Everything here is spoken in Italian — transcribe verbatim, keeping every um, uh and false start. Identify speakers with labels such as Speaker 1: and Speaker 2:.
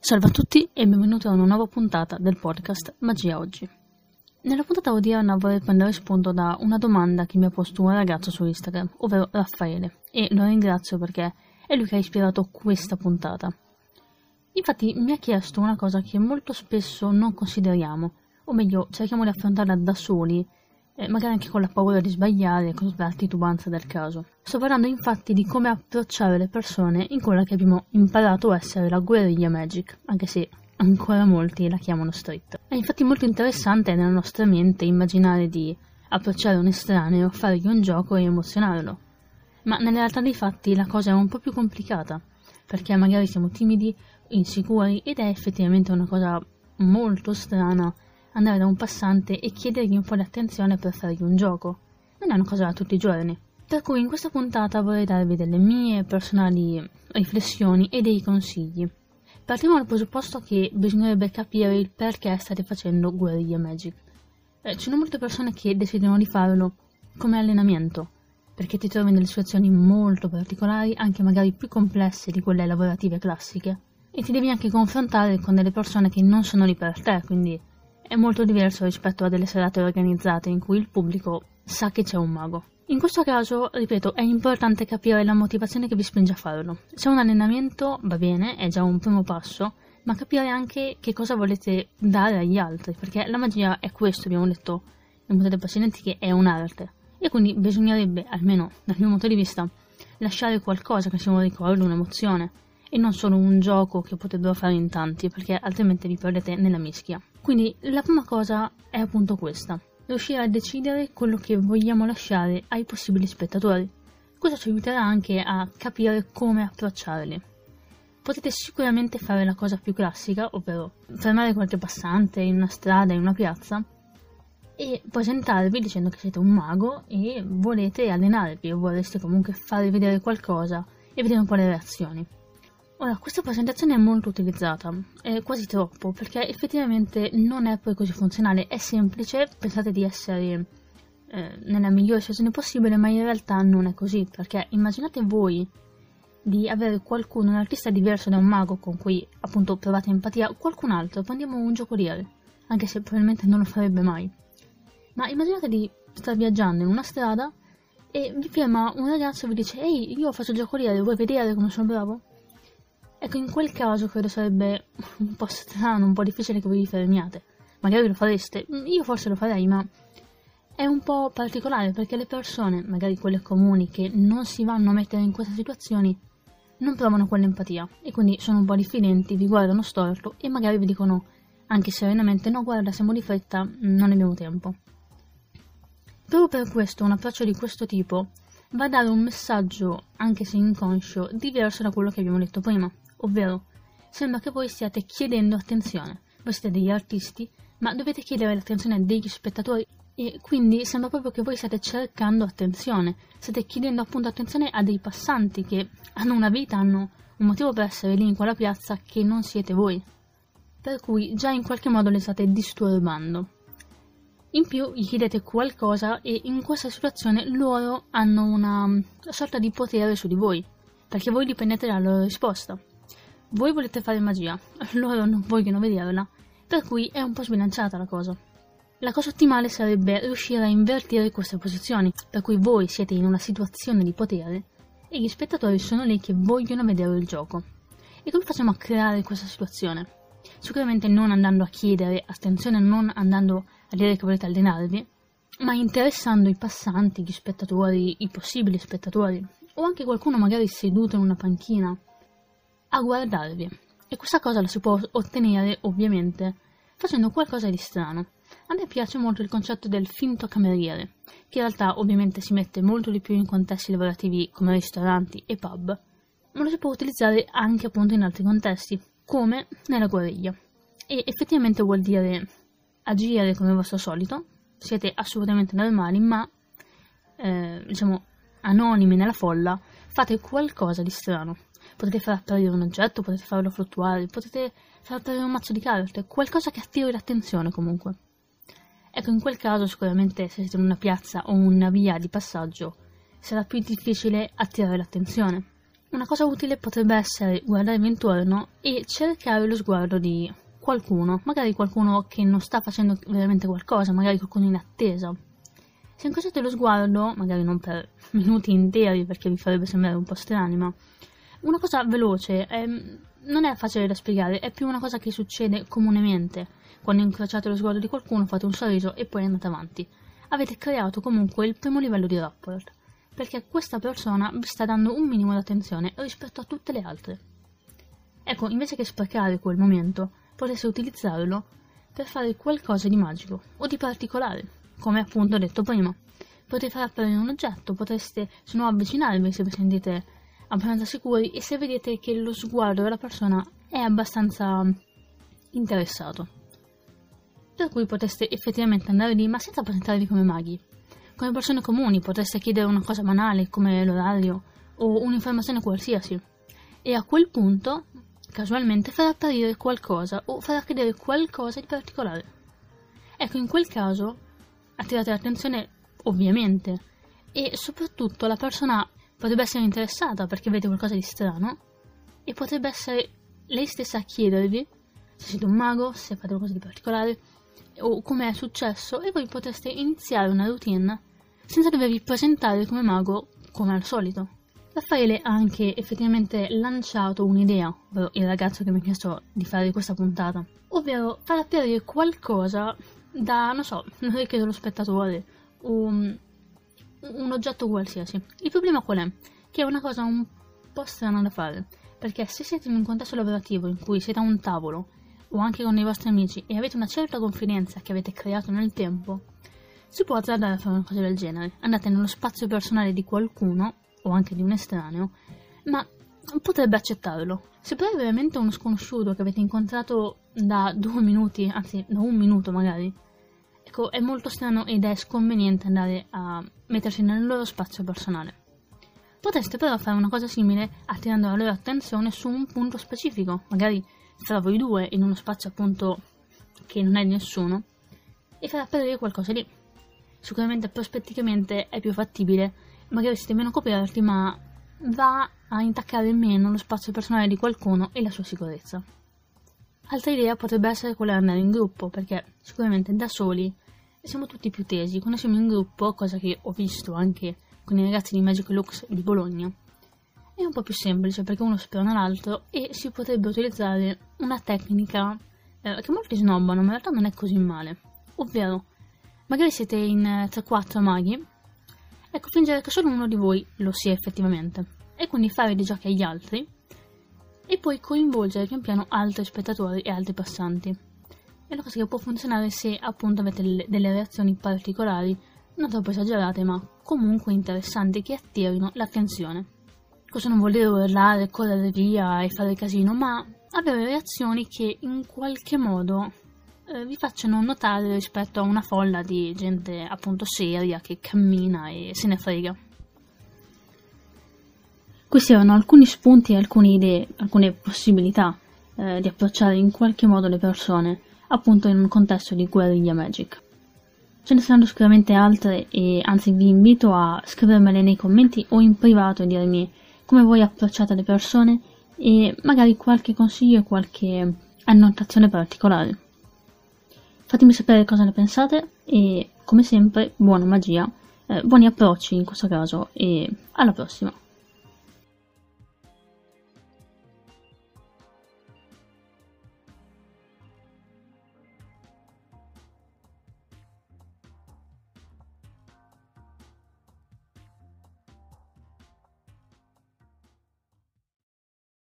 Speaker 1: Salve a tutti e benvenuti a una nuova puntata del podcast Magia Oggi. Nella puntata odierna vorrei prendere spunto da una domanda che mi ha posto un ragazzo su Instagram, ovvero Raffaele, e lo ringrazio perché è lui che ha ispirato questa puntata. Infatti mi ha chiesto una cosa che molto spesso non consideriamo, o meglio cerchiamo di affrontarla da soli, eh, magari anche con la paura di sbagliare e con la titubanza del caso. Sto parlando infatti di come approcciare le persone in quella che abbiamo imparato a essere la guerriglia Magic, anche se ancora molti la chiamano street. È infatti molto interessante nella nostra mente immaginare di approcciare un estraneo, fargli un gioco e emozionarlo. Ma nella realtà dei fatti la cosa è un po' più complicata, perché magari siamo timidi, insicuri ed è effettivamente una cosa molto strana andare da un passante e chiedergli un po' di attenzione per fargli un gioco. Non è una cosa da tutti i giorni. Per cui in questa puntata vorrei darvi delle mie personali riflessioni e dei consigli. Partiamo dal presupposto che bisognerebbe capire il perché state facendo guerriglia Magic. Eh, ci sono molte persone che decidono di farlo come allenamento, perché ti trovi in delle situazioni molto particolari, anche magari più complesse di quelle lavorative classiche, e ti devi anche confrontare con delle persone che non sono lì per te, quindi è molto diverso rispetto a delle serate organizzate in cui il pubblico sa che c'è un mago. In questo caso, ripeto, è importante capire la motivazione che vi spinge a farlo. Se è un allenamento, va bene, è già un primo passo, ma capire anche che cosa volete dare agli altri, perché la magia è questo, abbiamo detto in puntate precedenti, che è un'arte, e quindi bisognerebbe, almeno dal mio punto di vista, lasciare qualcosa che sia un ricordo, un'emozione, e non solo un gioco che potrebbero fare in tanti, perché altrimenti vi perdete nella mischia. Quindi la prima cosa è appunto questa: riuscire a decidere quello che vogliamo lasciare ai possibili spettatori. Questo ci aiuterà anche a capire come approcciarli. Potete sicuramente fare la cosa più classica, ovvero fermare qualche passante in una strada, in una piazza, e presentarvi dicendo che siete un mago e volete allenarvi o vorreste comunque fare vedere qualcosa e vedere un po' le reazioni. Ora, questa presentazione è molto utilizzata, è quasi troppo, perché effettivamente non è poi così funzionale, è semplice, pensate di essere eh, nella migliore situazione possibile, ma in realtà non è così, perché immaginate voi di avere qualcuno, un artista diverso da un mago con cui appunto provate empatia, qualcun altro, prendiamo un giocoliere, anche se probabilmente non lo farebbe mai, ma immaginate di star viaggiando in una strada e vi ferma un ragazzo e vi dice: ehi, io faccio il giocoliere, vuoi vedere come sono bravo? Ecco, in quel caso credo sarebbe un po' strano, un po' difficile che voi vi fermiate. Magari lo fareste, io forse lo farei, ma è un po' particolare perché le persone, magari quelle comuni che non si vanno a mettere in queste situazioni, non provano quell'empatia e quindi sono un po' diffidenti, vi guardano storto e magari vi dicono anche serenamente: no, guarda, siamo di fretta, non abbiamo tempo. Proprio per questo un approccio di questo tipo va a dare un messaggio, anche se inconscio, diverso da quello che abbiamo detto prima. Ovvero, sembra che voi stiate chiedendo attenzione. Voi siete degli artisti, ma dovete chiedere l'attenzione degli spettatori e quindi sembra proprio che voi stiate cercando attenzione. State chiedendo appunto attenzione a dei passanti che hanno una vita, hanno un motivo per essere lì in quella piazza che non siete voi. Per cui già in qualche modo le state disturbando. In più gli chiedete qualcosa e in questa situazione loro hanno una sorta di potere su di voi, perché voi dipendete dalla loro risposta. Voi volete fare magia, loro non vogliono vederla, per cui è un po' sbilanciata la cosa. La cosa ottimale sarebbe riuscire a invertire queste posizioni, per cui voi siete in una situazione di potere e gli spettatori sono lì che vogliono vedere il gioco. E come facciamo a creare questa situazione? Sicuramente non andando a chiedere attenzione, non andando a dire che volete allenarvi, ma interessando i passanti, gli spettatori, i possibili spettatori, o anche qualcuno magari seduto in una panchina, a guardarvi. E questa cosa la si può ottenere ovviamente facendo qualcosa di strano. A me piace molto il concetto del finto cameriere, che in realtà ovviamente si mette molto di più in contesti lavorativi come ristoranti e pub, ma lo si può utilizzare anche appunto in altri contesti, come nella guerriglia. E effettivamente vuol dire agire come il vostro solito, siete assolutamente normali, ma eh, diciamo anonimi nella folla, fate qualcosa di strano. Potete far apparire un oggetto, potete farlo fluttuare, potete far apparire un mazzo di carte, qualcosa che attiri l'attenzione comunque. Ecco, in quel caso sicuramente se siete in una piazza o una via di passaggio sarà più difficile attirare l'attenzione. una cosa utile potrebbe essere guardarvi intorno e cercare lo sguardo di qualcuno, magari qualcuno che non sta facendo veramente qualcosa, magari qualcuno in attesa. Se incrociate lo sguardo, magari non per minuti interi perché vi farebbe sembrare un po' strani, ma una cosa veloce, è, non è facile da spiegare, è più una cosa che succede comunemente. Quando incrociate lo sguardo di qualcuno fate un sorriso e poi andate avanti. Avete creato comunque il primo livello di rapport, perché questa persona vi sta dando un minimo di attenzione rispetto a tutte le altre. Ecco, invece che sprecare quel momento, potreste utilizzarlo per fare qualcosa di magico o di particolare, come appunto detto prima. Potrete far apparire un oggetto, potreste se no avvicinarvi se vi sentite abbastanza sicuri e se vedete che lo sguardo della persona è abbastanza interessato. Per cui potreste effettivamente andare lì ma senza presentarvi come maghi. Come persone comuni potreste chiedere una cosa banale come l'orario o un'informazione qualsiasi e a quel punto casualmente farà apparire qualcosa o farà chiedere qualcosa di particolare. Ecco, in quel caso attirate l'attenzione ovviamente e soprattutto la persona potrebbe essere interessata perché vede qualcosa di strano e potrebbe essere lei stessa a chiedervi se siete un mago, se fate qualcosa di particolare o come è successo e voi potreste iniziare una routine senza dovervi presentare come mago come al solito. Raffaele ha anche effettivamente lanciato un'idea, ovvero il ragazzo che mi ha chiesto di fare questa puntata, ovvero far apparire qualcosa da, non so, un orecchio dello spettatore o un, un oggetto qualsiasi. Il problema qual è? Che è una cosa un po' strana da fare, perché se siete in un contesto lavorativo in cui siete a un tavolo o anche con i vostri amici e avete una certa confidenza che avete creato nel tempo, si può azzardare a fare una cosa del genere. Andate nello spazio personale di qualcuno o anche di un estraneo, ma potrebbe accettarlo. Se poi è veramente uno sconosciuto che avete incontrato da due minuti, anzi da un minuto magari, ecco, è molto strano ed è sconveniente andare a mettersi nel loro spazio personale. Potreste però fare una cosa simile attirando la loro attenzione su un punto specifico, magari fra voi due in uno spazio appunto che non è di nessuno, e far apparire qualcosa lì. Sicuramente prospetticamente è più fattibile, magari siete meno coperti, ma va a intaccare meno lo spazio personale di qualcuno e la sua sicurezza. Altra idea potrebbe essere quella di andare in gruppo, perché sicuramente da soli siamo tutti più tesi. Quando siamo in gruppo, cosa che ho visto anche con i ragazzi di Magic Lux di Bologna, è un po' più semplice perché uno spera l'altro e si potrebbe utilizzare una tecnica eh, che molti snobbano, ma in realtà non è così male, ovvero magari siete in tre quattro maghi, ecco, fingere che solo uno di voi lo sia effettivamente e quindi fare dei giochi agli altri e poi coinvolgere pian piano altri spettatori e altri passanti. È una cosa che può funzionare se appunto avete delle, delle reazioni particolari, non troppo esagerate ma comunque interessanti, che attirino l'attenzione. Questo non vuol dire urlare, correre via e fare casino, ma avere reazioni che in qualche modo eh, vi facciano notare rispetto a una folla di gente appunto seria che cammina e se ne frega. Questi erano alcuni spunti e alcune idee, alcune possibilità eh, di approcciare in qualche modo le persone, appunto in un contesto di guerriglia magic. Ce ne saranno sicuramente altre e anzi vi invito a scrivermele nei commenti o in privato e dirmi come voi approcciate le persone e magari qualche consiglio e qualche annotazione particolare. Fatemi sapere cosa ne pensate e come sempre buona magia, eh, buoni approcci in questo caso e alla prossima!